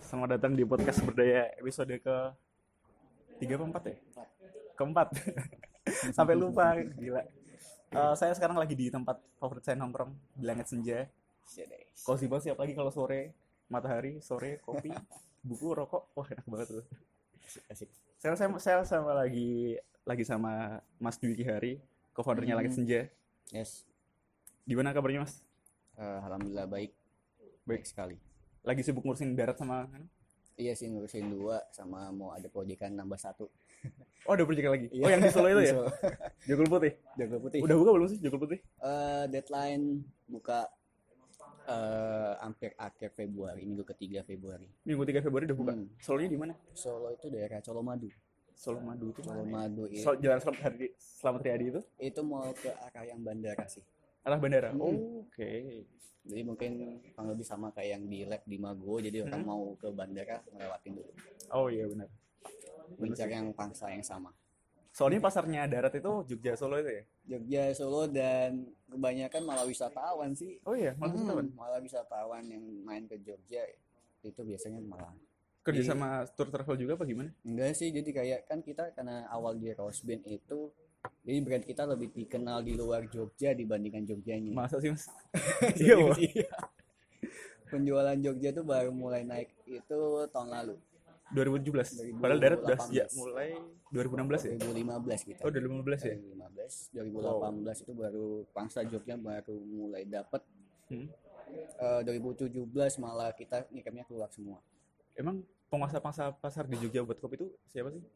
Selamat datang di podcast Berdaya episode ke 3 apa 4 ya? Keempat. Sampai lupa, gila. Saya sekarang lagi di tempat favorit saya nongkrong di Langit Senja. Cozy banget sih, apalagi kalau sore, matahari, sore, kopi, buku, rokok. Wah, enak banget tuh. Asik. Saya sama lagi sama Mas Dwi Kihari, co-foundernya Langit Senja. Yes. Gimana kabarnya, Mas? Alhamdulillah baik. Baik sekali. Lagi sibuk ngurusin darat sama Iya sih, ngurusin 2 sama mau ada proyekan nambah 1. Oh, ada proyek lagi. Iya. Oh, yang di Solo itu Di ya? Solo. Jogol Putih. Jago Putih. Udah buka belum sih Jogol Putih? Deadline buka hampir akhir Februari, minggu ketiga Februari. Minggu 3 Februari udah buka. Solonya di mana? Solo itu daerah Colomadu. Solo Madu itu mana? Colomadu Jalan Selamat Riyadi itu mau ke arah yang bandara sih. arah bandara. Oh, oke. Jadi mungkin kurang lebih sama kayak yang di lab di Mago, jadi orang mau ke bandara ngelewatin dulu. Oh iya benar. Mencar yang pangsa yang sama. Soalnya pasarnya darat itu Jogja Solo itu ya. Jogja, Solo, dan kebanyakan malah wisatawan sih. Oh iya, malah wisatawan. Malah wisatawan yang main ke Jogja itu biasanya malah Kerja sama tour travel juga apa gimana? enggak sih, jadi kayak kan kita karena awal di Rosband itu, jadi brand kita lebih dikenal di luar Jogja dibandingkan Jogjanya. Masa sih Mas? Iya, Wak. Penjualan Jogja tuh baru mulai naik itu tahun lalu, 2017. Padahal darat udah 2018. sejak mulai 2016 ya. 2015 kita. Oh, 2015 ya. 2015, 2018 itu baru pangsa Jogja baru mulai dapat. Hmm. 2017 malah kita ngikatnya keluar semua. Emang penguasa pasar di Jogja buat kopi itu siapa sih?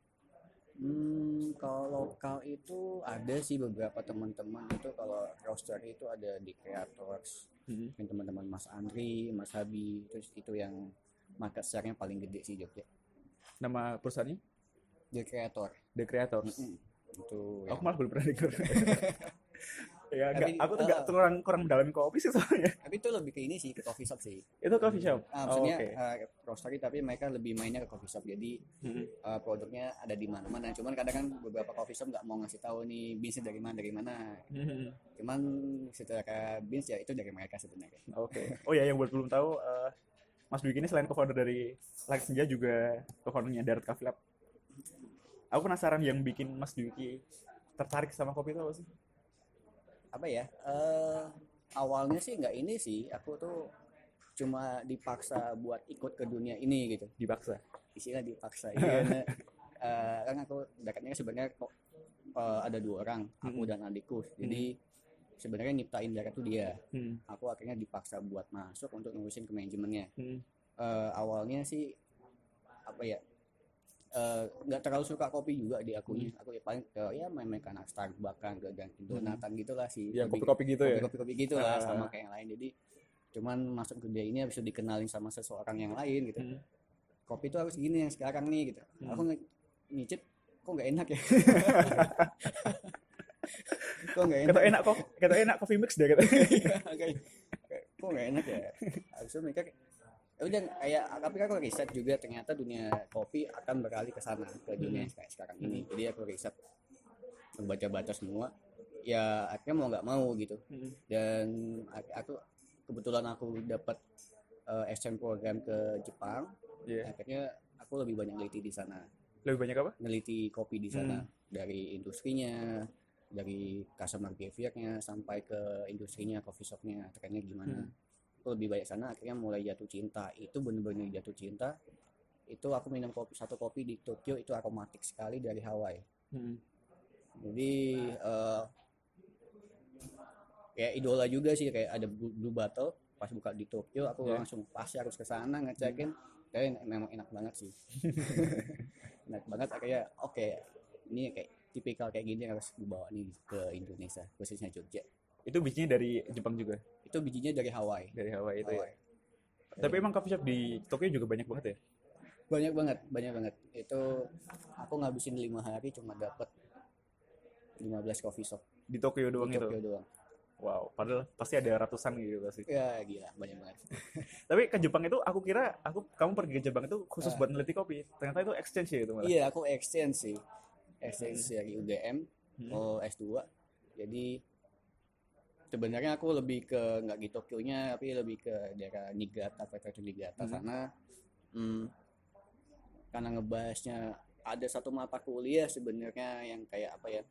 Kalau lokal itu ada sih beberapa teman-teman itu, kalau roster itu ada di Creators, yang teman-teman Mas Andri, Mas Habi, terus itu yang market share-nya paling gede sih Jogja. Nama perusahaannya? The Creator. The Creators. Itu Aku malah belum pernah dengar. Ya, Tapi, aku tuh kurang mendalami kopi sih soalnya. tapi itu lebih ke ini sih, ke coffee shop sih. Itu coffee shop. Maksudnya Oke. roastery tapi mereka lebih mainnya ke coffee shop, jadi produknya ada di mana-mana. Cuman kadang kan beberapa coffee shop nggak mau ngasih tahu nih beansnya dari mana. Cuman secara beans ya itu dari mereka sebenarnya. Oke. Oh ya, yang buat belum tahu, Mas Dwiki ini selain co-founder dari Langit Senja juga co-foundernya Darat Coffee Lab. Aku penasaran yang bikin Mas Dwiki tertarik sama kopi itu apa sih? Apa ya? Awalnya sih nggak ini sih. Aku tuh cuma dipaksa buat ikut ke dunia ini gitu. Dipaksa. Istilah dipaksa. Iya. Kan aku dekatnya sebenarnya kok ada 2 orang, aku dan adikku. Jadi sebenarnya nyiptain Darat tuh dia. Aku akhirnya dipaksa buat masuk untuk ngurusin ke manajemennya. Awalnya sih apa ya, nggak terlalu suka kopi juga di akunya. Aku ya paling ya main-main ke anak Starbucks kan, ke Dunkin Donatan gitulah sih. Ya, kopi-kopi gitu ya. Kopi-kopi gitu lah, sama kayak yang lain. Jadi cuman masuk ke dia ini habis itu dikenalin sama seseorang yang lain gitu. Kopi itu harus gini yang sekarang nih gitu. Aku nyicip kok nggak enak ya. Kok nggak enak. Kata enak coffee mix deh kata. Kok nggak enak ya. Habis itu mereka udah kayak, tapi aku riset juga ternyata dunia kopi akan beralih ke sana, ke dunia kayak sekarang ini. Jadi aku riset, baca-baca semua, ya akhirnya mau nggak mau gitu. Dan aku kebetulan aku dapat exchange program ke Jepang. Akhirnya aku lebih banyak neliti di sana. Lebih banyak apa? Neliti kopi di sana, dari industrinya, dari customer behavior-nya sampai ke industrinya, coffee shop-nya, trennya gimana. Aku lebih banyak sana, akhirnya mulai jatuh cinta. Itu bener-bener jatuh cinta. Itu aku minum satu kopi di Tokyo, itu aromatik sekali dari Hawaii. Jadi ya idola juga sih, kayak ada Blue Bottle pas buka di Tokyo, aku langsung pasti harus ke sana ngecekin. Kayak memang enak banget sih. Enak banget, akhirnya oke, ini kayak tipikal kayak gini harus dibawa nih ke Indonesia, khususnya Jogja. Itu bijinya dari Jepang juga. Itu bijinya dari Hawaii. Dari Hawaii itu ya. Tapi emang coffee shop di Tokyo juga banyak banget ya? Banyak banget. Itu aku ngabisin 5 hari cuma dapat 15 coffee shop Di Tokyo doang di itu. Tokyo doang. Wow, padahal pasti ada ratusan gitu pasti. Ya gila, banyak banget. Tapi ke Jepang itu aku kira kamu pergi ke Jepang itu khusus buat neliti kopi. Ternyata itu exchange ya itu malah. Iya, aku exchange sih. Exchange dari UGM S2. Jadi sebenarnya aku lebih ke nggak di Tokyo-nya, tapi lebih ke daerah Niigata, prefektur Niigata sana. karena ngebahasnya ada satu mata kuliah sebenarnya yang kayak apa ya,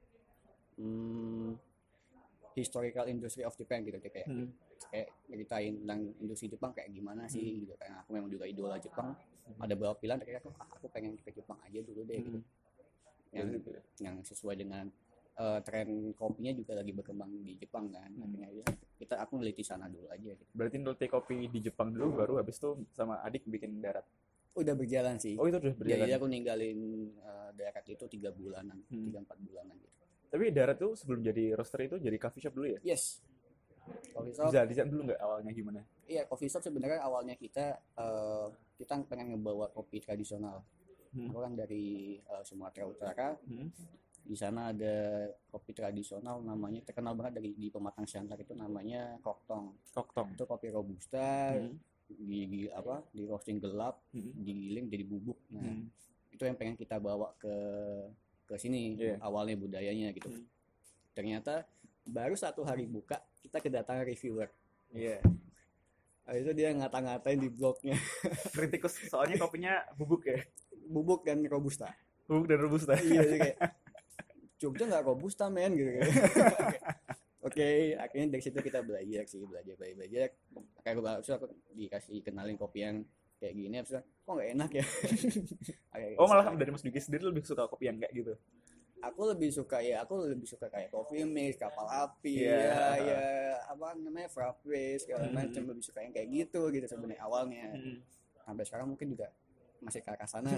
historical industry of Japan gitu, kayak nyeritain tentang industri Jepang kayak gimana sih gitu. Karena aku memang juga idola Jepang, ada beberapa pilihan kayak aku pengen ke Jepang aja dulu deh gitu, yang sesuai dengan tren kopinya juga lagi berkembang di Jepang kan. Akhirnya ya, aku neliti sana dulu aja gitu. Berarti neliti kopi di Jepang dulu, baru habis itu sama adik bikin darat. Udah berjalan sih. Oh, itu udah berjalan. Jadi aku ninggalin darat itu 3 bulanan, 3-4 bulanan gitu. Tapi darat tuh sebelum jadi roaster itu jadi coffee shop dulu ya? Yes. Coffee shop. Bisa diceritain dulu nggak awalnya gimana? Iya, coffee shop sebenarnya awalnya kita pengen ngebawa kopi tradisional. Aku kan dari Sumatera Utara. Di sana ada kopi tradisional namanya, terkenal banget di Pematang Siantar, itu namanya Koktong. Itu kopi robusta. Di roasting gelap, digiling jadi bubuk. Nah, itu yang pengen kita bawa ke sini. Awalnya budayanya gitu. Ternyata baru 1 hari buka kita kedatangan reviewer. Itu dia ngata-ngatain di blognya. Kritikus soalnya kopinya bubuk ya. Bubuk dan robusta. Iya, jadi kayak Jogja nggak robusta men gitu. Oke, akhirnya dari situ kita belajar. Kayak aku dikasih kenalin kopi yang kayak gini, abis kok nggak enak ya. Oh, malah dari Mas Duki sendiri lebih suka kopi yang kayak gitu? Aku lebih suka kayak coffee mix, kapal api, apa namanya, frappe segala macam, lebih suka yang kayak gitu sebenarnya awalnya. Sampai sekarang mungkin juga masih ke arah sana.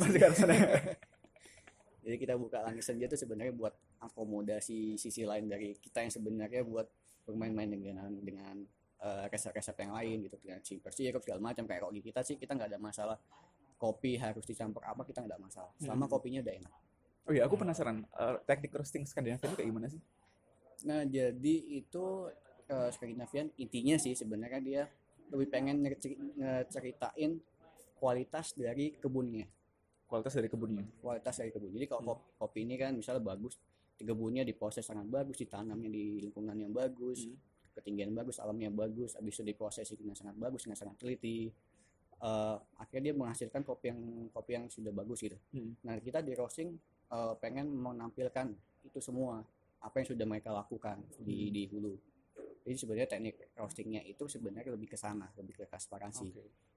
Jadi kita buka Langit Senja itu sebenarnya buat akomodasi sisi lain dari kita yang sebenarnya buat bermain-main dengan resep-resep yang lain gitu, dengan sirup segala macam. Kayak kopi kita sih, kita nggak ada masalah kopi harus dicampur apa, kita nggak ada masalah selama kopinya udah enak. Oh iya, aku penasaran teknik roasting Skandinavia itu kayak gimana sih? Nah, jadi itu Skandinavian intinya sih sebenarnya dia lebih pengen ngeceritain kualitas dari kebunnya. Kualitas dari kebun. Jadi kalau kopi ini kan misalnya bagus, kebunnya diproses sangat bagus, ditanamnya di lingkungan yang bagus, ketinggian bagus, alamnya bagus, habis itu diproses dengan sangat bagus, dengan sangat teliti. Akhirnya dia menghasilkan kopi yang sudah bagus gitu. Nah, kita di roasting pengen menampilkan itu semua apa yang sudah mereka lakukan di hulu. Jadi sebenarnya teknik roastingnya itu sebenarnya lebih ke sana, lebih ke transparansi.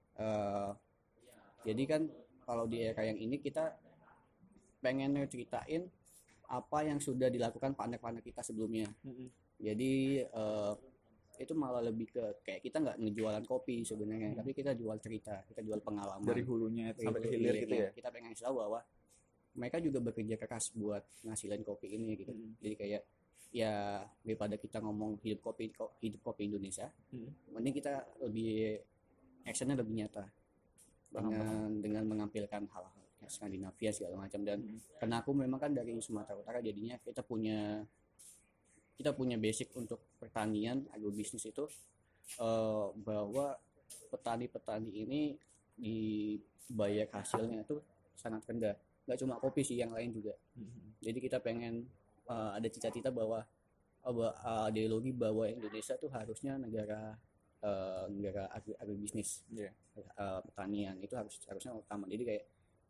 Jadi kan kalau di era yang ini kita pengen ceritain apa yang sudah dilakukan partner-partner kita sebelumnya. Jadi itu malah lebih ke kayak kita nggak ngejualan kopi sebenarnya, tapi kita jual cerita, kita jual pengalaman dari hulunya sampai ke hilir gitu ya. Kita pengen tahu bahwa mereka juga bekerja keras buat ngasilin kopi ini gitu. Jadi kayak ya daripada kita ngomong hidup kopi Indonesia, mending kita lebih actionnya lebih nyata dengan menampilkan hal-hal Skandinavia segala macam. Dan karena aku memang kan dari Sumatera Utara, jadinya kita punya basic untuk pertanian, agrobisnis itu, bahwa petani-petani ini dibayar hasilnya itu sangat rendah. Nggak cuma kopi sih, yang lain juga. Jadi kita pengen ada cita-cita bahwa ideologi bahwa Indonesia tuh harusnya negara agribisnis, pertanian itu harusnya utama. Jadi kayak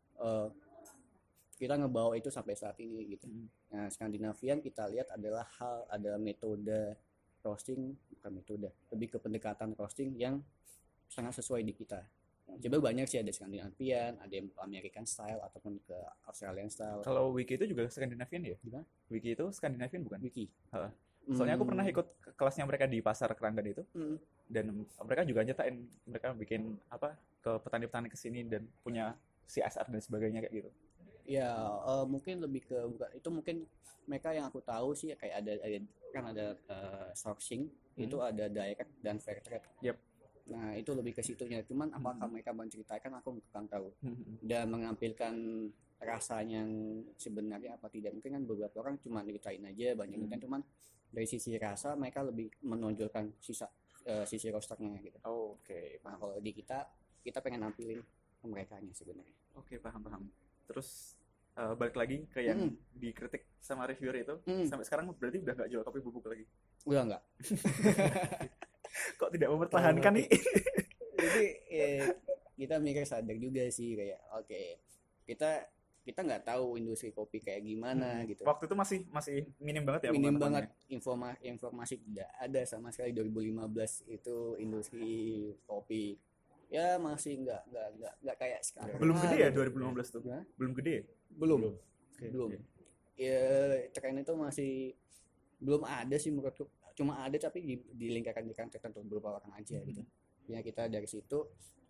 kita ngebawa itu sampai saat ini gitu. Nah, Skandinavian kita lihat adalah metode roasting, bukan metode, lebih ke pendekatan roasting yang sangat sesuai di kita. Coba banyak sih, ada Skandinavian, ada yang American style ataupun ke Australian style. Kalau Wiki itu juga Skandinavian ya? Gimana? Wiki itu Skandinavian bukan? Wiki. Soalnya aku pernah ikut kelasnya mereka di pasar Keranggan itu, dan mereka juga nyetain, mereka bikin apa ke petani-petani kesini dan punya CSR dan sebagainya kayak gitu. Ya mungkin lebih ke itu, mungkin mereka yang aku tahu sih kayak ada sourcing, itu ada direct dan fair trade. Nah, itu lebih ke situnya. Cuman apakah mereka menceritakan, aku kurang tahu. Dan mengampilkan rasanya yang sebenarnya apa tidak, mungkin kan beberapa orang cuma ceritain aja banyak kan, cuman dari sisi rasa mereka lebih menonjolkan sisi rosternya gitu. Oke. Nah, kalau di kita pengen nampilin mereka nya sebenarnya. Oke, paham. Terus balik lagi ke yang dikritik sama reviewer itu, sampai sekarang berarti udah nggak jual kopi bubuk lagi? Udah nggak. Kok tidak mempertahankan nih? Jadi kita mikir sadar juga sih kayak oke, kita kita nggak tahu industri kopi kayak gimana gitu. Waktu itu masih minim banget ya Minim pengetahuannya. banget informasi tidak ada sama sekali. 2015 itu industri kopi ya masih nggak kayak sekarang. Belum gede ya 2015 tuh. Gimana? Belum gede ya? Belum. Oke, Belum. oke. Ya tren itu masih belum ada sih menurutku. Cuma ada tapi di lingkaran-lingkaran tertentu beberapa orang aja gitu. Ya kita dari situ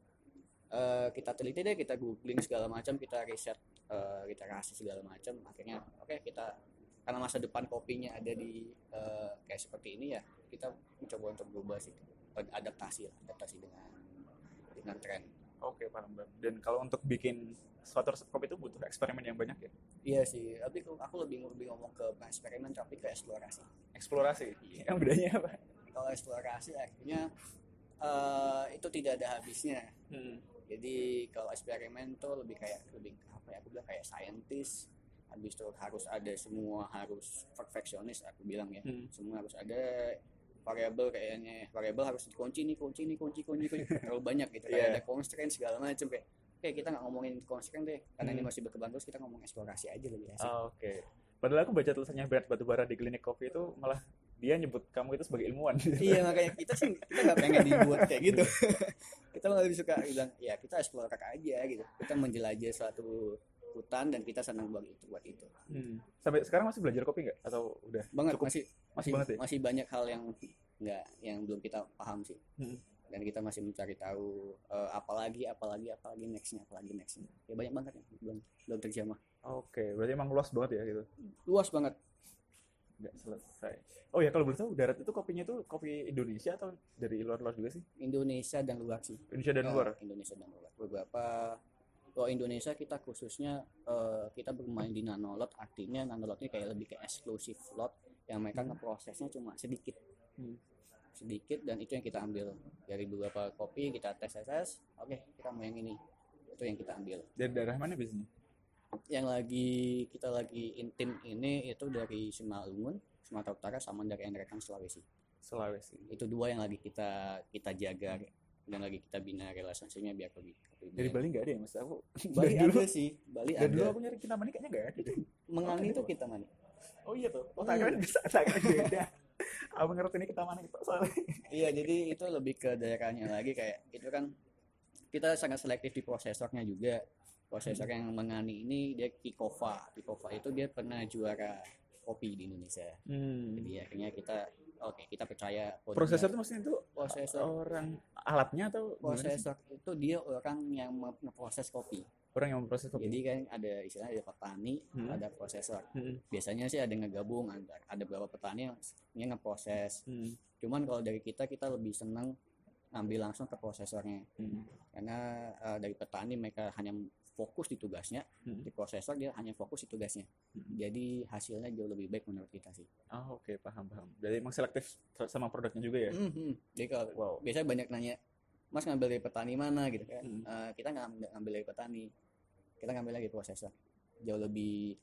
kita teliti deh, kita googling segala macam, kita riset literasi segala macam, akhirnya oke, kita karena masa depan kopinya ada di kayak seperti ini ya, kita mencoba untuk berubah sih, adaptasi dengan tren. Oke, paham Bang. Dan kalau untuk bikin suatu resep kopi itu butuh eksperimen yang banyak ya. Iya sih, tapi aku lebih ngomong ke bukan eksperimen tapi ke eksplorasi. Eksplorasi. Yang bedanya apa? Kalau eksplorasi artinya itu tidak ada habisnya. Jadi kalau eksperimen tuh lebih apa ya, aku bilang kayak scientist, habis itu harus ada, semua harus perfeksionis aku bilang ya. Semua harus ada variabel, kayaknya variabel harus dikunci terlalu banyak gitu. Kayak ada constraint segala macam kayak kita nggak ngomongin constraint deh karena ini masih berkembang, terus kita ngomong eksplorasi aja lebih asik. Oke. Padahal aku baca tulisannya Berat Batubara di klinik kopi itu malah dia nyebut kamu itu sebagai ilmuwan. Iya, makanya kita nggak pengen dibuat kayak gitu. Kita malah lebih suka bilang ya kita explore aja gitu, kita menjelajah suatu hutan dan kita senang buat itu. Sampai sekarang masih belajar kopi nggak atau udah Banget, cukup? Masih banget ya? masih banyak hal yang belum kita paham sih. Dan kita masih mencari tahu apalagi nextnya ya, banyak banget yang belum terjamah. Oke, berarti emang luas banget ya gitu. Luas banget. Nggak selesai. Oh ya, kalau boleh tahu Darat itu kopinya itu kopi Indonesia atau dari luar juga sih? Indonesia dan luar sih. Indonesia dan luar. Indonesia dan luar. Beberapa kalau Indonesia kita khususnya kita bermain di nanolot, artinya nanolot ini kayak lebih ke eksklusif lot yang mereka ngeprosesnya cuma sedikit. Sedikit, dan itu yang kita ambil dari beberapa kopi, kita tes. Oke, kita mau yang ini. Itu yang kita ambil. Dari daerah mana biasanya? Yang kita lagi intim ini itu dari Simalungun, Sumatera Utara, sama dari Enrekan, Sulawesi. Itu dua yang lagi kita jaga dan lagi kita bina relasinya biar lebih dari Bali nggak ada ya mas? Aku Bali dari dulu ada sih, Bali dari ada. dulu aku nyari Kintamani kayaknya nggak ada. Mengangi itu kita mana? Oh iya tuh. Oh tak kira bisa, tak kira beda. Aku ngerti ini Kintamani itu soalnya. Iya, jadi itu lebih ke daerahnya lagi, kayak itu kan kita sangat selektif di prosesornya juga. Prosesor yang Mengani ini dia Kikova itu dia pernah juara kopi di Indonesia. Jadi akhirnya kita percaya Prosesor itu maksudnya itu prosesor orang alatnya atau prosesor itu dia orang yang memproses kopi. Orang yang memproses kopi. Jadi kan ada istilahnya ada petani, ada prosesor. Biasanya sih ada ngegabung, ada beberapa petani yang ngeproses. Cuman kalau dari kita lebih senang ngambil langsung ke prosesornya. Karena dari petani mereka hanya fokus di tugasnya, di prosesor dia hanya fokus di tugasnya. Jadi hasilnya jauh lebih baik menurut kita sih. Oke, paham. Jadi emang selektif sama produknya juga ya. Jadi kalau biasanya banyak nanya, Mas ngambil dari petani mana gitu kan? Kita nggak ngambil dari petani, kita ngambil lagi prosesor. Jauh lebih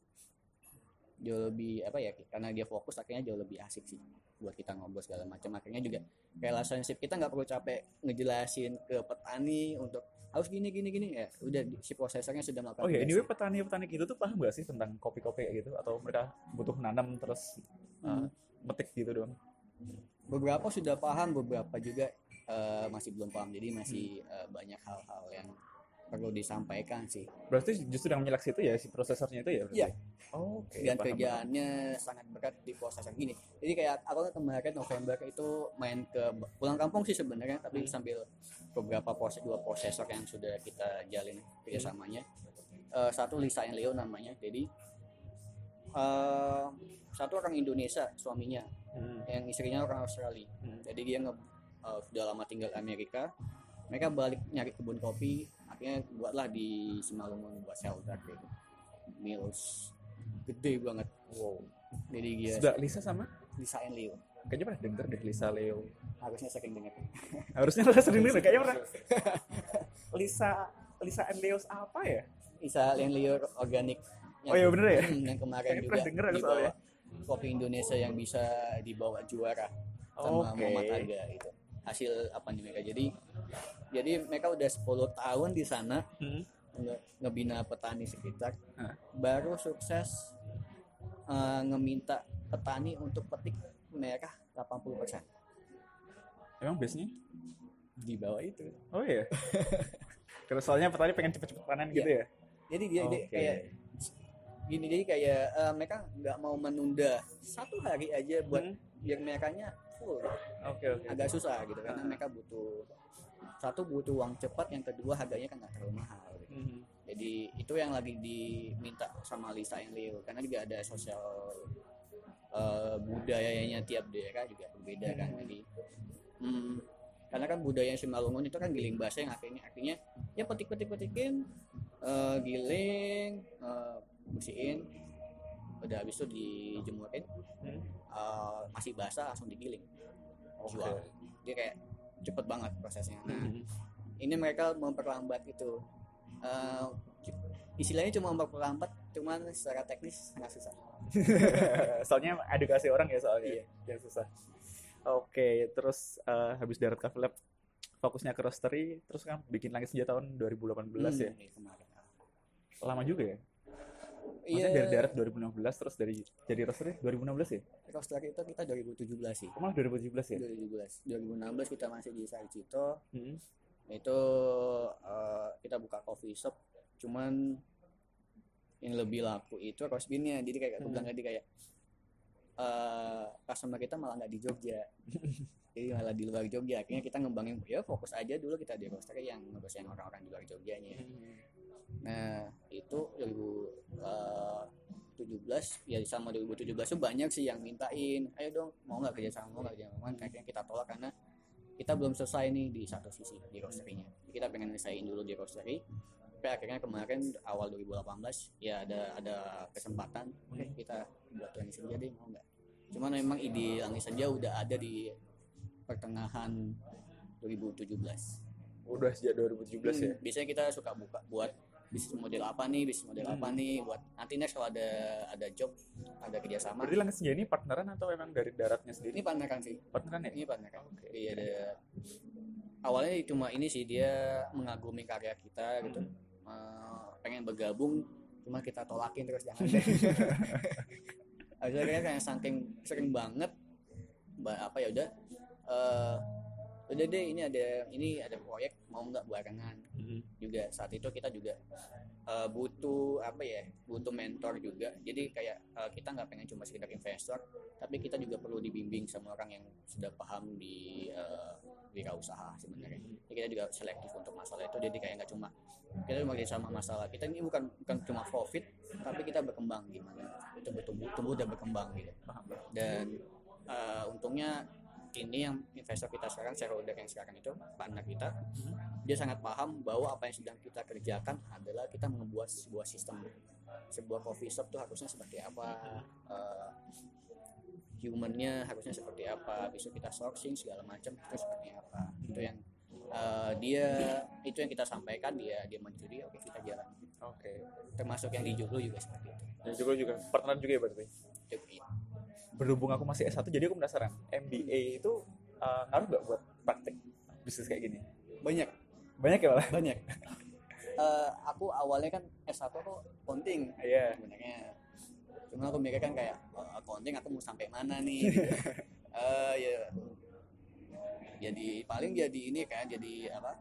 apa ya? Karena dia fokus, akhirnya jauh lebih asik sih buat kita ngobrol segala macam. Akhirnya juga relationship kita nggak perlu capek ngejelasin ke petani untuk harus gini ya, udah si prosesornya sudah melakukan. Oh ya, anyway petani gitu tuh paham gak sih tentang kopi-kopi kayak gitu, atau mereka butuh nanam terus metik gitu doang? Beberapa sudah paham, beberapa juga masih belum paham, jadi masih banyak hal-hal yang perlu disampaikan sih. Berarti justru yang menyeleksi itu ya si prosesornya itu ya? Iya. Oke. Dan kerjaannya sangat berat di prosesor gini. Jadi kayak aku kemarin November itu main ke pulang kampung sih sebenarnya, tapi sambil beberapa dua prosesor yang sudah kita jalin kerjasamanya. Satu Lisa and Leo namanya. Jadi satu orang Indonesia suaminya, yang istrinya orang Australia. Jadi dia sudah lama tinggal Amerika. Mereka balik nyari kebun kopi, akhirnya buatlah di Simalungun buat shelter gitu. Mills gede banget. Wow. Jadi dia sudah Lisa sama Lisa and Leo. Kayaknya pernah denger deh Lisa Leo. Harusnya sering dengar. Harusnya sering denger kayaknya pernah. Lisa and Leo apa ya? Lisa and Leo organik. Oh iya bener ya? Yang kemarin Kayaknya juga pernah denger dibawa soalnya. kopi Indonesia yang bisa dibawa juara sama Muhammad Aga itu. hasil apa nih mereka. Jadi mereka udah 10 tahun di sana ngebina petani sekitar, baru sukses ngeminta petani untuk petik mereka 80%. Emang biasanya Di bawah itu. oh iya. Terus soalnya petani pengen cepet-cepet panen gitu ya. Jadi dia kayak gini, jadi kayak mereka nggak mau menunda 1 hari aja buat biar merekanya full. Oke. Agak susah gitu karena mereka butuh uang cepat, yang kedua harganya kan nggak terlalu mahal gitu. Jadi itu yang lagi diminta sama Lisa yang Leo, karena juga ada sosial budayanya tiap daerah juga berbeda kan. Jadi karena kan budaya Simalungun itu kan giling basah, yang artinya ya petikin, giling, bersihin, udah habis itu dijemurin, masih basah langsung digiling, jual. Dia kayak cepet banget prosesnya. Nah, ini mereka memperlambat itu. Istilahnya cuma memperlambat, cuman secara teknis sangat susah. Soalnya edukasi orang ya soalnya yang susah. Oke, terus habis Darat Cafe Lab fokusnya ke roastery, terus kan bikin Langit Senja tahun 2018 ya. Kemarin. Lama juga ya. Maksudnya dari Darat 2016, terus jadi roastery 2016 ya? Roastery itu kita 2017 sih. Malah 2017 ya? 2016 kita masih di Sarjito. Itu kita buka coffee shop, cuman yang lebih laku itu roast bean-nya. Jadi kayak aku bilang tadi, kayak customer kita malah nggak di Jogja. Jadi malah di luar Jogja. Akhirnya kita ngembangin, ya fokus aja dulu kita di roastery yang ngebesain orang-orang di luar Jogjanya. Nah itu 2017 ya, sama 2017 tuh banyak sih yang mintain, ayo dong mau nggak kerja sama, akhirnya kita tolak karena kita belum selesai nih di satu sisi di roastery-nya. Kita pengen selesaiin dulu di roastery, tapi akhirnya kemarin awal 2018 ya ada kesempatan, kita buat Langit Senja deh, mau nggak. Cuman memang ide Langit Senja udah ada di pertengahan 2017. Udah sejak 2017 ya? Biasanya kita suka buka buat bisnis model apa nih, buat nanti next kalau ada job, ada kerjasama. Berarti Langit Senja ini partneran atau emang dari Daratnya sendiri? Ini partneran sih. Partneran ya? Ini partneran. Jadi ada awalnya cuma ini sih, dia mengagumi karya kita gitu, pengen bergabung, cuma kita tolakin terus, jangan deh. Akhirnya kayak saking sering banget apa ya udah deh, ini ada proyek, mau nggak barengan. Juga saat itu kita juga butuh mentor juga. Jadi kayak kita nggak pengen cuma sekedar investor, tapi kita juga perlu dibimbing sama orang yang sudah paham di wirausaha sebenarnya. Jadi kita juga selektif untuk masalah itu. Jadi kayak nggak cuma kita sama masalah kita ini, bukan cuma profit, tapi kita berkembang gimana, itu tumbuh dan berkembang gitu. Dan untungnya ini yang investor kita sekarang, shareholder yang sekarang itu, partner kita, dia sangat paham bahwa apa yang sedang kita kerjakan adalah kita membuat sebuah sistem. Sebuah coffee shop tuh harusnya seperti apa, humannya harusnya seperti apa, besok kita sourcing segala macam itu seperti apa. Itu yang itu yang kita sampaikan, dia menyetujui, oke kita jalan. Termasuk yang di Joglo juga seperti itu. Di Joglo juga partneran juga ya berarti? Berhubung aku masih S1, jadi aku penasaran, MBA itu ngaruh nggak buat praktek bisnis kayak gini? Banyak ya malah? Banyak. Aku awalnya kan S1 aku accounting sebenarnya, cuma aku mikir kan kayak accounting aku mau sampai mana nih gitu. Ya jadi paling jadi ini kan, jadi apa,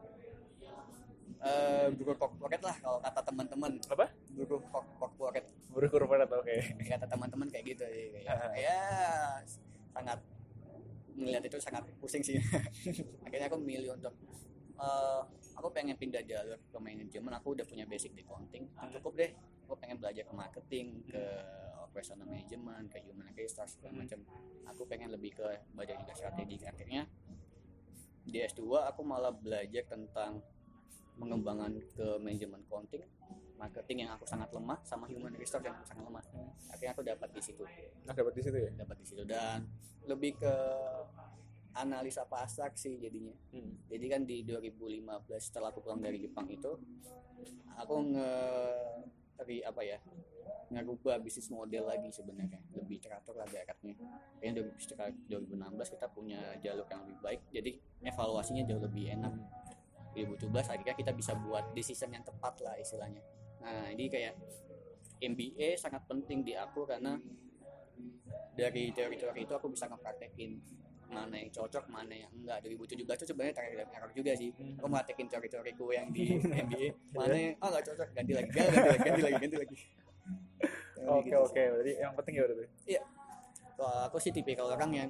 guru corporate lah kalau kata teman-teman. Apa? Guru corporate. Guru corporate, oke. Kata teman-teman kayak gitu ya, sangat melihat itu sangat pusing sih. Akhirnya aku milih untuk aku pengen pindah jalur ke manajemen. Aku udah punya basic di accounting, cukup deh. Aku pengen belajar ke marketing, ke operational management, ke human resource segala macam. Aku pengen lebih ke belajar juga strategi. Akhirnya di S2 aku malah belajar tentang pengembangan ke manajemen accounting, marketing yang aku sangat lemah, sama human resource yang aku sangat lemah. Akhirnya aku dapat di situ. Dapat di situ ya? Dapat di situ, dan lebih ke analisa pasar sih jadinya. Jadi kan di 2015 setelah aku pulang dari Jepang itu, aku tapi apa ya, ngerubah bisnis model lagi sebenarnya, lebih teratur lagi akadnya. Kayaknya setelah 2016 kita punya jalur yang lebih baik, jadi evaluasinya jauh lebih enak. 2017 akhirnya kita bisa buat decision yang tepat lah istilahnya. Nah ini kayak MBA sangat penting di aku karena dari teori-teori itu aku bisa ngepraktekin mana yang cocok, mana yang enggak. 2017 itu sebenarnya trial and error juga sih. Aku praktekin teori-teoriku yang di MBA, mana yang enggak cocok, ganti lagi. Oke, Gitu oke. Berarti yang penting ya berarti. Iya. Kalau aku sih tipikal orang yang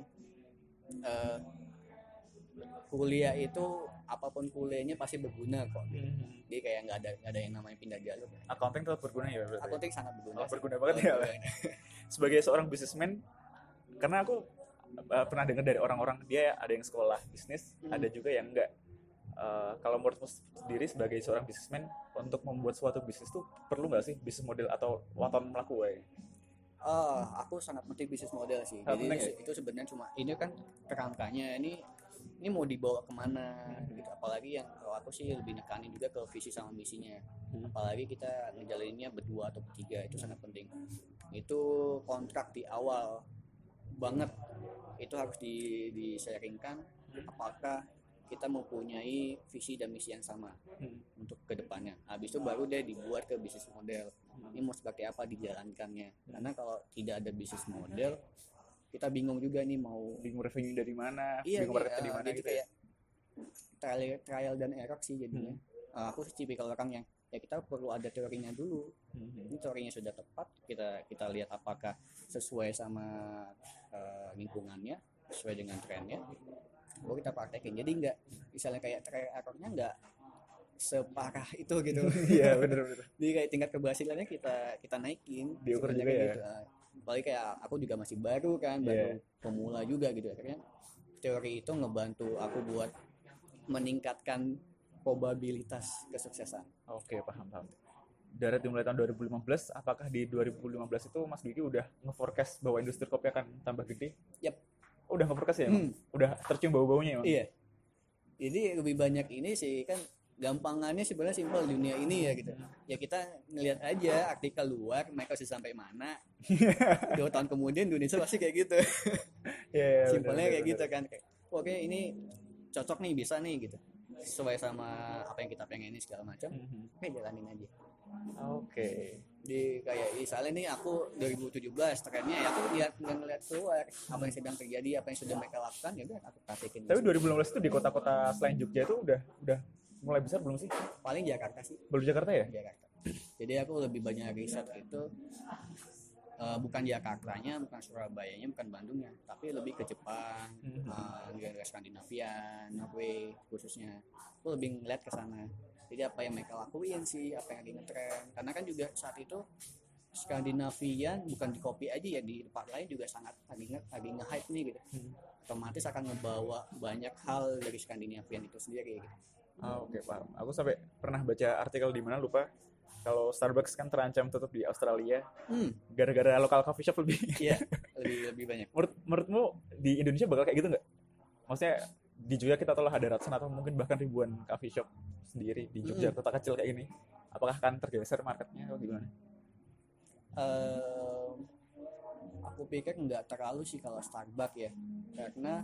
kuliah itu apapun kuliahnya pasti berguna kok. Jadi kayak nggak ada yang namanya pindah jalur. Accounting tetap berguna ya berarti. Accounting sangat berguna. Berguna banget ya. Sebagai seorang businessman, karena aku pernah dengar dari orang-orang, dia ada yang sekolah bisnis, ada juga yang enggak. Kalau menurutmu sendiri sebagai seorang businessman, untuk membuat suatu bisnis tuh perlu nggak sih bisnis model atau waton melakukan? Aku sangat penting bisnis model sih. Jadi itu sebenarnya cuma ini kan kerangkanya, ini mau dibawa kemana gitu. Apalagi yang kalau aku sih lebih nekanin juga ke visi sama misinya. Apalagi kita ngejalaninnya berdua atau bertiga, itu sangat penting. Itu kontrak di awal banget itu harus di-sharingkan apakah kita mempunyai visi dan misi yang sama untuk kedepannya. Habis itu baru deh dibuat ke bisnis model. Ini mau seperti apa dijalankannya. Karena kalau tidak ada bisnis model, kita bingung juga nih mau bingung revenue dari mana, bingung market di mana gitu. Kayak trial dan error sih jadinya. Aku sih tipikal orang yang ya kita perlu ada teorinya dulu. Ini teorinya sudah tepat, kita lihat apakah sesuai sama lingkungannya, sesuai dengan trennya, baru kita praktekin. Jadi nggak misalnya kayak trial errornya nggak separah itu gitu. Iya benar. Jadi kayak tingkat keberhasilannya kita naikin, diukur juga ya gitu. Apalagi kayak aku juga masih baru kan, baru pemula juga gitu. Akhirnya teori itu ngebantu aku buat meningkatkan probabilitas kesuksesan. Oke, paham. Dari mulai tahun 2015, apakah di 2015 itu Mas Dwiki udah nge-forecast bahwa industri kopi akan tambah gede? Yap. Udah nge-forecast ya? Udah tercium bau-baunya ya? Iya. Jadi lebih banyak ini sih kan gampangannya sebenarnya simpel dunia ini ya gitu. Ya kita ngelihat aja artikel luar mereka sudah sampai mana. 2 tahun kemudian Indonesia pasti kayak gitu. Simpelnya kayak gitu kan. Oke, ini cocok nih, bisa nih gitu. Sesuai sama apa yang kita pengen ini segala macam. Oke, jalanin aja. Oke. Di kayak misalnya nih aku 2017 trennya ya aku ngeliat keluar apa yang sedang terjadi, apa yang sudah mereka lakukan, ya udah aku praktekin. Tapi 2015 itu di kota-kota selain Jogja itu udah mulai besar belum sih? Paling Jakarta sih. Baru Jakarta ya? Jakarta. Jadi aku lebih banyak riset itu bukan Jakartanya, bukan Surabayanya, bukan Bandungnya, tapi lebih ke Jepang, negara Skandinavia, Norway khususnya. Aku lebih ngeliat ke sana. Jadi apa yang mereka lakuin sih, apa yang lagi ngetren. Karena kan juga saat itu Skandinavian bukan di kopi aja ya, di tempat lain juga sangat lagi nge-hype nih gitu. Otomatis akan ngebawa banyak hal dari Skandinavian itu sendiri gitu. Oke, paham. Aku sampai pernah baca artikel di mana lupa. Kalau Starbucks kan terancam tutup di Australia gara-gara lokal coffee shop lebih. Iya, lebih banyak. Menurutmu di Indonesia bakal kayak gitu nggak? Maksudnya di Jogja kita telah ada ratusan atau mungkin bahkan ribuan coffee shop sendiri di Jogja, kota kecil kayak gini. Apakah akan tergeser marketnya atau gimana? Aku pikir nggak terlalu sih kalau Starbucks ya, karena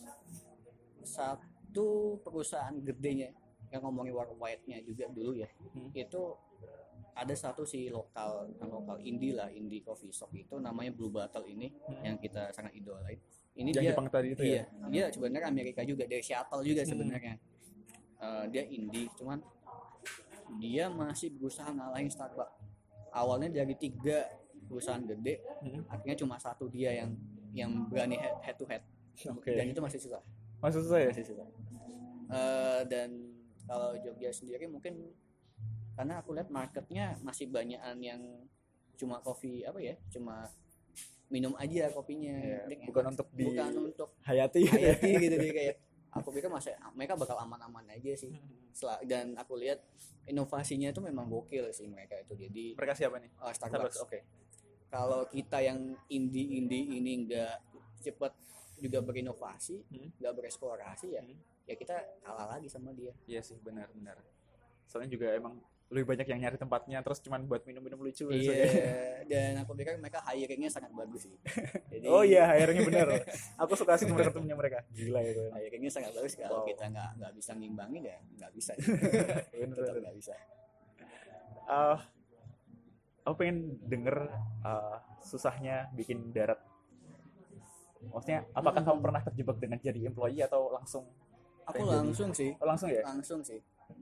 satu perusahaan gedenya yang ngomongin worldwide-nya juga dulu ya, itu ada satu si lokal indie coffee shop itu namanya Blue Bottle ini yang kita sangat idolain. Ini yang Jepang tadi itu ya? Dia sebenarnya Amerika juga, dari Seattle juga sebenarnya. Dia indie, cuman dia masih berusaha ngalahin Starbucks. Awalnya dari 3 perusahaan gede, akhirnya cuma 1 dia yang berani head to head. Dan itu masih susah. Masih susah ya? Masih susah. Dan kalau Jogja sendiri mungkin karena aku lihat marketnya masih banyakan yang cuma kopi cuma minum aja kopinya, bukan untuk hayati gitu deh. Kayak aku pikir mereka bakal aman-aman aja sih. Dan aku lihat inovasinya itu memang gokil sih mereka itu. Jadi mereka siapa nih? Starbucks. Oke. Kalau kita yang indie ini nggak cepet juga berinovasi, nggak bereksplorasi ya kita kalah lagi sama dia. Iya sih, benar. Soalnya juga emang lebih banyak yang nyari tempatnya terus cuman buat minum-minum lucu Iya, biasanya. dan aku pikir mereka hiringnya sangat bagus sih. Jadi Oh iya, hiringnya bener. Aku suka sih mereka temennya mereka. Gila itu. hiringnya sangat bagus. Kalau Wow. kita nggak bisa ngimbangin ya nggak bisa. Bener, Tetap bener. nggak bisa. Eh, aku pengen denger susahnya bikin darat. Maksudnya, apakah kamu pernah terjebak dengan jadi employee atau langsung? Aku pengen jadi- langsung sih, Oh, langsung ya? langsung sih.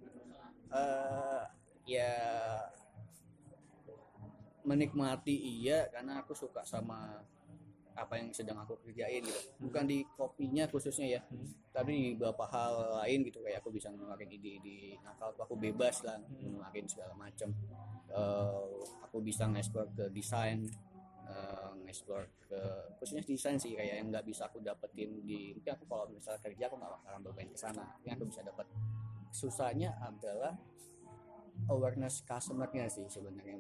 Ya menikmati iya karena aku suka sama apa yang sedang aku kerjain gitu, bukan di kopinya khususnya ya, tapi di beberapa hal lain gitu, kayak aku bisa ngeluarin ide-ide nakal, aku bebas lah ngeluarin segala macam. Aku bisa nge-explore ke desain, nge-explore ke khususnya desain sih, kayak yang nggak bisa aku dapetin di, mungkin aku kalau misalnya kerja aku nggak bakalan bermain ke sana, ini aku bisa dapat. Susahnya adalah awareness customer-nya sih sebenarnya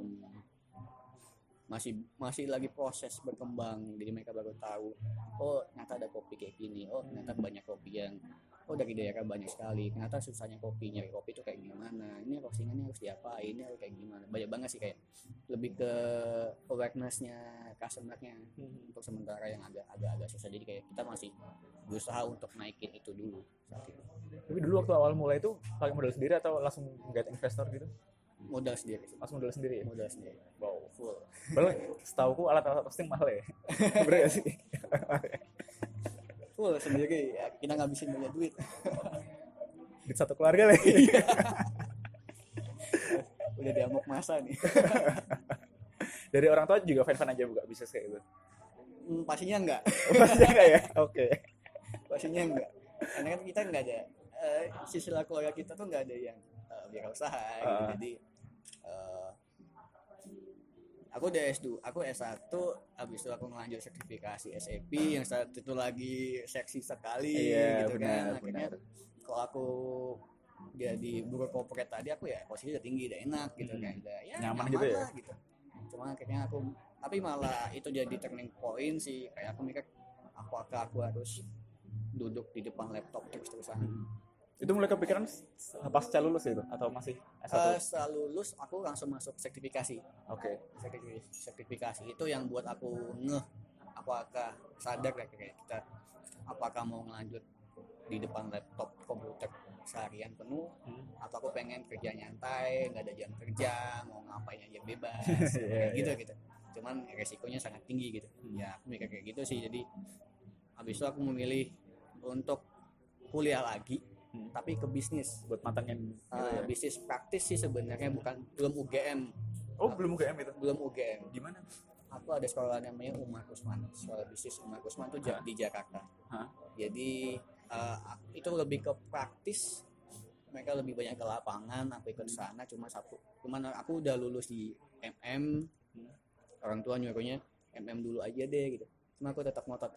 masih lagi proses berkembang, jadi mereka baru tahu oh ternyata ada kopi kayak gini, oh ternyata banyak kopi yang dari daerah banyak sekali, ternyata susahnya kopinya, kopi itu kayak gimana, ini roastingannya harus diapain, ini harus kayak gimana, banyak banget sih, kayak lebih ke awareness-nya customer-nya untuk sementara yang agak susah, jadi kayak kita masih berusaha untuk naikin itu dulu saat itu. Tapi dulu waktu awal mulai itu pakai modal sendiri atau langsung get investor gitu? Modal sendiri sih. Langsung modal sendiri ya? Modal sendiri. Wow. Full. Padahal setauku alat-alat roasting mahal ya? Bener gak sih? Full sendiri, ya, kita ngabisin banyak duit. Di satu keluarga lagi. Udah diamuk masa nih. Dari orang tua juga fan-fan aja buka bisnis kayak gitu? Pastinya enggak. Pastinya enggak ya? Oke. Pastinya enggak. Karena kan kita enggak ada, sisilah keluarga kita tuh enggak ada yang wirausaha gitu. Jadi aku udah S2, aku S1, habis itu aku ngelanjut sertifikasi SAP yang saat itu lagi seksi sekali Iya, gitu benar, kan. Akhirnya kalau aku jadi buruh corporate tadi, aku ya posisi udah tinggi, udah enak gitu kan. Ya, Nyaman gitu ya? lah, gitu. Cuma akhirnya aku, tapi malah itu jadi turning point sih, kayak aku mikir apakah aku harus duduk di depan laptop terus-terusan. Itu mulai kepikiran pasca lulus itu atau masih S1? Setelah lulus aku langsung masuk sertifikasi. Oke. Sertifikasi itu yang buat aku apakah sadar ya, kayak kita apakah mau ngelanjut di depan laptop komputer seharian penuh, atau aku pengen kerja nyantai, nggak ada jam kerja, mau ngapain aja bebas, kayak gitu. Cuman resikonya sangat tinggi gitu. Ya aku mikir kayak gitu sih, jadi habis itu aku memilih untuk kuliah lagi, tapi ke bisnis, buat matangin bisnis praktis sih sebenarnya, belum UGM. Oh, belum UGM itu? Belum UGM. Di mana? Aku ada sekolah namanya Umar Kusman, sekolah bisnis Umar Kusman tuh di Jakarta. Jadi itu lebih ke praktis, mereka lebih banyak ke lapangan, aku ikut sana cuman aku udah lulus di MM, orang tua nyuruhnya MM dulu aja deh gitu, cuma aku tetap ngotot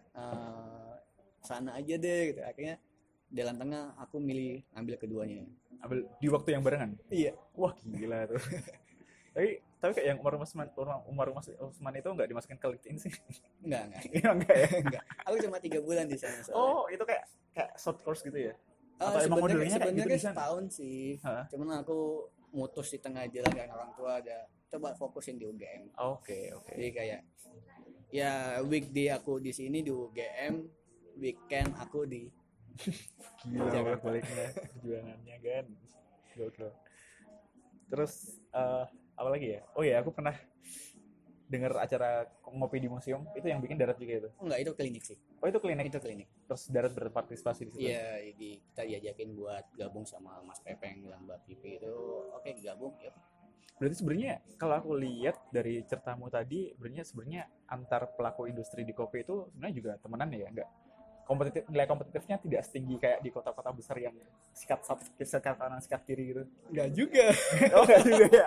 sana aja deh gitu. Akhirnya dalam tengah aku milih ambil keduanya. Ambil di waktu yang barengan? Iya. Wah gila tuh. tapi kayak yang Umar Usman itu nggak dimasukin ke LinkedIn sih? Enggak Enggak ya? enggak, aku cuma 3 bulan di sana soalnya. Oh itu kayak short course gitu ya? Atau emang modelnya kayak gitu di sana? Setahun sih. Cuman aku mutus di tengah jalan karena orang tua ada coba fokusin di UGM. Oke. Jadi kayak ya weekday aku di sini di UGM, weekend aku di gila baliknya perjuangannya kan. Gokil. Terus apa lagi ya? Oh ya, aku pernah dengar acara ngopi di museum, itu yang bikin Darat juga itu? Oh enggak, itu klinik sih. Oh itu klinik? Itu klinik. Terus Darat berpartisipasi di situ? Iya, jadi kita diajakin buat gabung sama Mas Pepeng dan Mbak Pipi itu, oke gabung ya. Berarti sebenarnya kalau aku lihat dari ceritamu tadi, sebenarnya antar pelaku industri di kopi itu sebenarnya juga temenan ya, enggak? Nilai kompetitifnya tidak setinggi kayak di kota-kota besar yang sikat kanan sikat kiri gitu. Enggak juga. Oh enggak juga ya.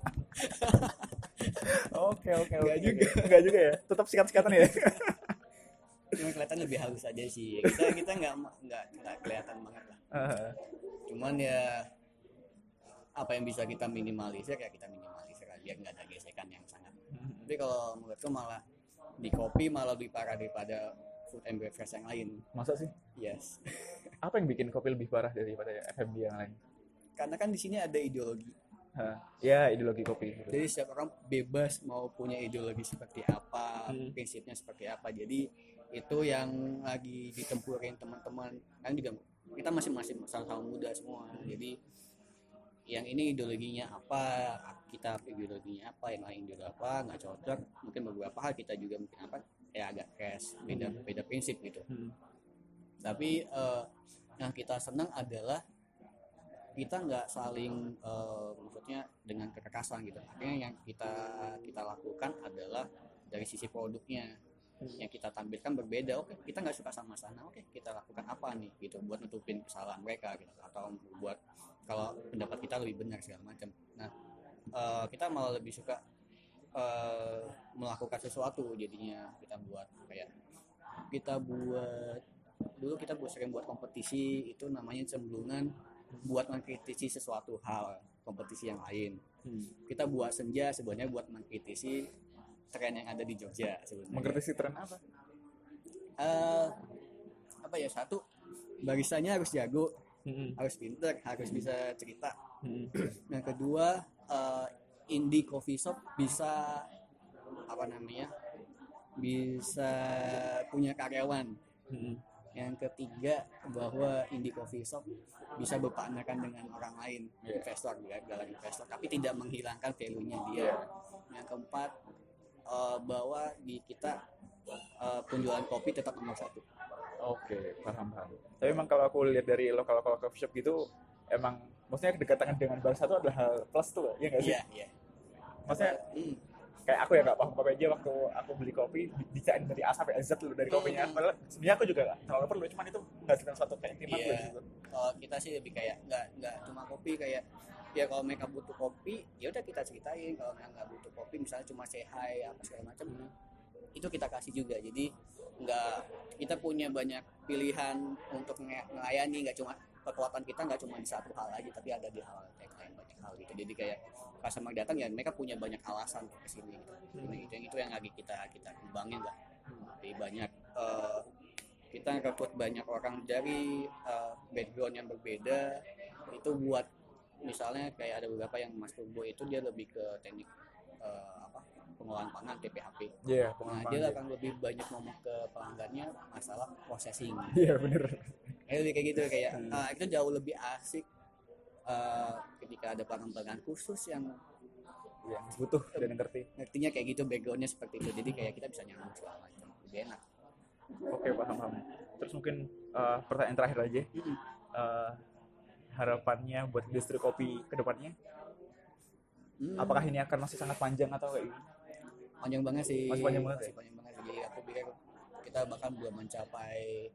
Oke. Enggak juga ya. Tetap sikat-sikatan ya. Cuma kelihatan lebih halus aja sih. Kita enggak kelihatan banget lah. Cuman ya apa yang bisa kita minimalisir ya kita minimalisir aja, enggak ada gesekan yang sangat. Tapi kalau menurutku malah di kopi malah lebih parah daripada food and beverage yang lain. Masa sih? Yes. Apa yang bikin kopi lebih parah daripada FMB yang lain? Karena kan di sini ada ideologi. Ya, ideologi kopi. Jadi setiap orang bebas mau punya ideologi seperti apa, prinsipnya seperti apa. Jadi itu yang lagi ditempurin teman-teman. Kan juga kita masih sama-sama muda semua. Jadi yang ini ideologinya apa, kita ideologinya apa, yang lain juga apa, nggak cocok. Mungkin beberapa hal kita juga mungkin apa, ya agak crash, beda prinsip gitu. Tapi yang kita senang adalah kita nggak saling maksudnya dengan kekerasan gitu. Akhirnya yang kita lakukan adalah dari sisi produknya yang kita tampilkan berbeda. Oke, kita nggak suka sama sana, oke kita lakukan apa nih gitu buat nutupin kesalahan mereka gitu, atau buat kalau pendapat kita lebih benar segala macam. Nah kita malah lebih suka melakukan sesuatu, jadinya kita buat kayak dulu kita sering buat kompetisi, itu namanya cemplungan buat mengkritisi sesuatu hal, kompetisi yang lain. Kita buat senja sebenarnya buat mengkritisi tren yang ada di Jogja sebenarnya. Mengkritisi tren apa? Apa ya, satu barisannya harus jago, harus pinter, harus bisa cerita. Yang kedua indie coffee shop bisa bisa punya karyawan. Yang ketiga bahwa indie coffee shop bisa berpartnerkan dengan orang lain, investor, galang investor, tapi tidak menghilangkan value-nya dia. Yang keempat bahwa di kita penjualan kopi tetap nomor 1. Oke, paham. Tapi emang kalau aku lihat dari lokal coffee shop gitu, emang maksudnya kedekatan dengan barista itu adalah hal plus tuh, ya nggak sih? Iya. Maksudnya kayak aku ya nggak paham kopi aja, waktu aku beli kopi dicariin dari A sampai Z dulu dari kopinya. Padahal sebenarnya aku juga nggak terlalu perlu, cuman itu menghasilkan suatu keintiman gue gitu. Kalau kita sih lebih kayak nggak cuma kopi, kayak ya kalau mereka butuh kopi ya udah kita ceritain. Kalau mereka nggak butuh kopi, misalnya cuma say hi apa segala macam, itu kita kasih juga. Jadi kita punya banyak pilihan untuk melayani, nggak cuma kekuatan kita nggak cuma di satu hal aja, tapi ada di hal lain, banyak hal gitu. Jadi kayak customer datang ya mereka punya banyak alasan untuk kesini gitu. Itu yang lagi kita kembangin lah. Jadi banyak kita rekrut banyak orang dari background yang berbeda, itu buat misalnya kayak ada beberapa yang Mas Turbo itu dia lebih ke teknik pengolahan pangan, TPHP. Nah dia akan lebih banyak ngomong ke pelanggannya masalah processing. Iya bener. Lebih kayak gitu, kayak itu jauh lebih asik ketika ada pelanggan khusus yang butuh dan ngertinya kayak gitu, backgroundnya seperti itu. Jadi kayak kita bisa nyambung segala macam, lebih enak. Oke, paham. Terus mungkin pertanyaan terakhir aja, harapannya buat industri kopi ke depannya, apakah ini akan masih sangat panjang atau kayak gini? Panjang banget sih. Masih panjang banget. Jadi aku pikir kita bahkan belum mencapai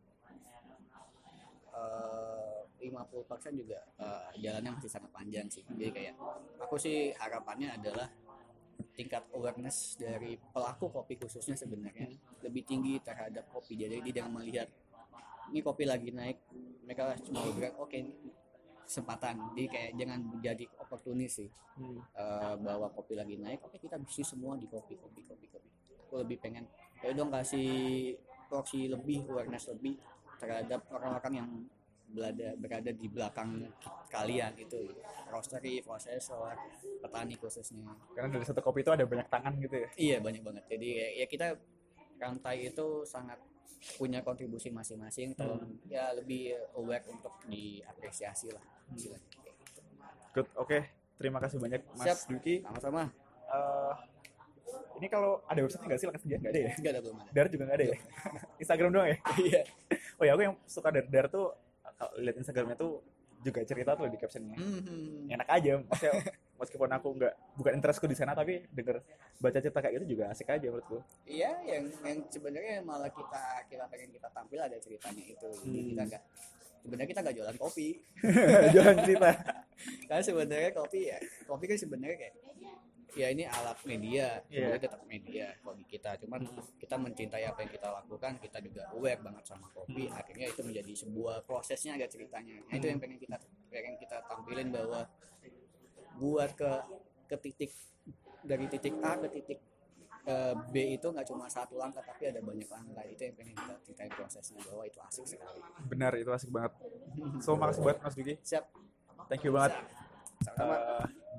50% juga, jalannya masih sangat panjang sih. Jadi kayak aku sih harapannya adalah tingkat awareness dari pelaku kopi khususnya sebenarnya lebih tinggi terhadap kopi. Jadi dia melihat ini kopi lagi naik, mereka cuma bergerak, oke kesempatan. Jadi kayak jangan menjadi opportunity sih, bahwa kopi lagi naik, oke kita bisnis semua di kopi. Aku lebih pengen ya dong kasih porsi lebih, awareness lebih terhadap orang-orang yang berada di belakang kalian itu, roastery, prosesor, petani khususnya. Karena dari satu kopi itu ada banyak tangan gitu ya. Iya, banyak banget. Jadi ya kita rantai itu sangat punya kontribusi masing-masing. Tolong ya lebih aware untuk diapresiasi lah. Good, oke. Terima kasih banyak Mas Duki. Sama-sama. Ini kalau ada website nggak sih Langkah Senja? Nggak ada ya? Nggak ada, belum ada. Dar juga nggak ada ya? Instagram doang ya? Iya. Oh ya, aku yang suka Dar tuh kalau lihat Instagramnya tuh juga cerita tuh di captionnya. Enak aja, maksudnya meskipun aku bukan interestku di sana, tapi denger baca cerita kayak gitu juga asik aja menurutku. Iya, yang sebenarnya malah kita pengen kita tampil ada ceritanya itu. Jadi kita nggak jualan kopi. Jualan cerita. Karena sebenarnya kopi kan sebenarnya kayak ya ini alat media, sebenarnya tetap media bagi kita. Cuman kita mencintai apa yang kita lakukan, kita juga aware banget sama kopi. Akhirnya itu menjadi sebuah prosesnya, ada ceritanya. Nah, itu yang pengen kita tampilin, bahwa buat ke titik dari titik A ke titik B itu nggak cuma satu langkah, tapi ada banyak langkah. Itu yang pengen kita ceritain prosesnya, bahwa itu asik sekali. Benar, itu asik banget. So makasih buat Mas Duki. Siap. Thank you banget. Sama-sama.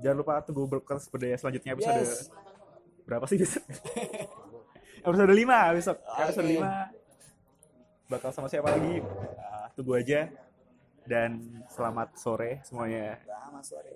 Jangan lupa tunggu Broadcast Berdaya selanjutnya episode Yes. berapa sih besok? Episode 5 besok. Episode Oke. 5 bakal sama siapa lagi? Tunggu aja. Dan selamat sore semuanya. Selamat sore.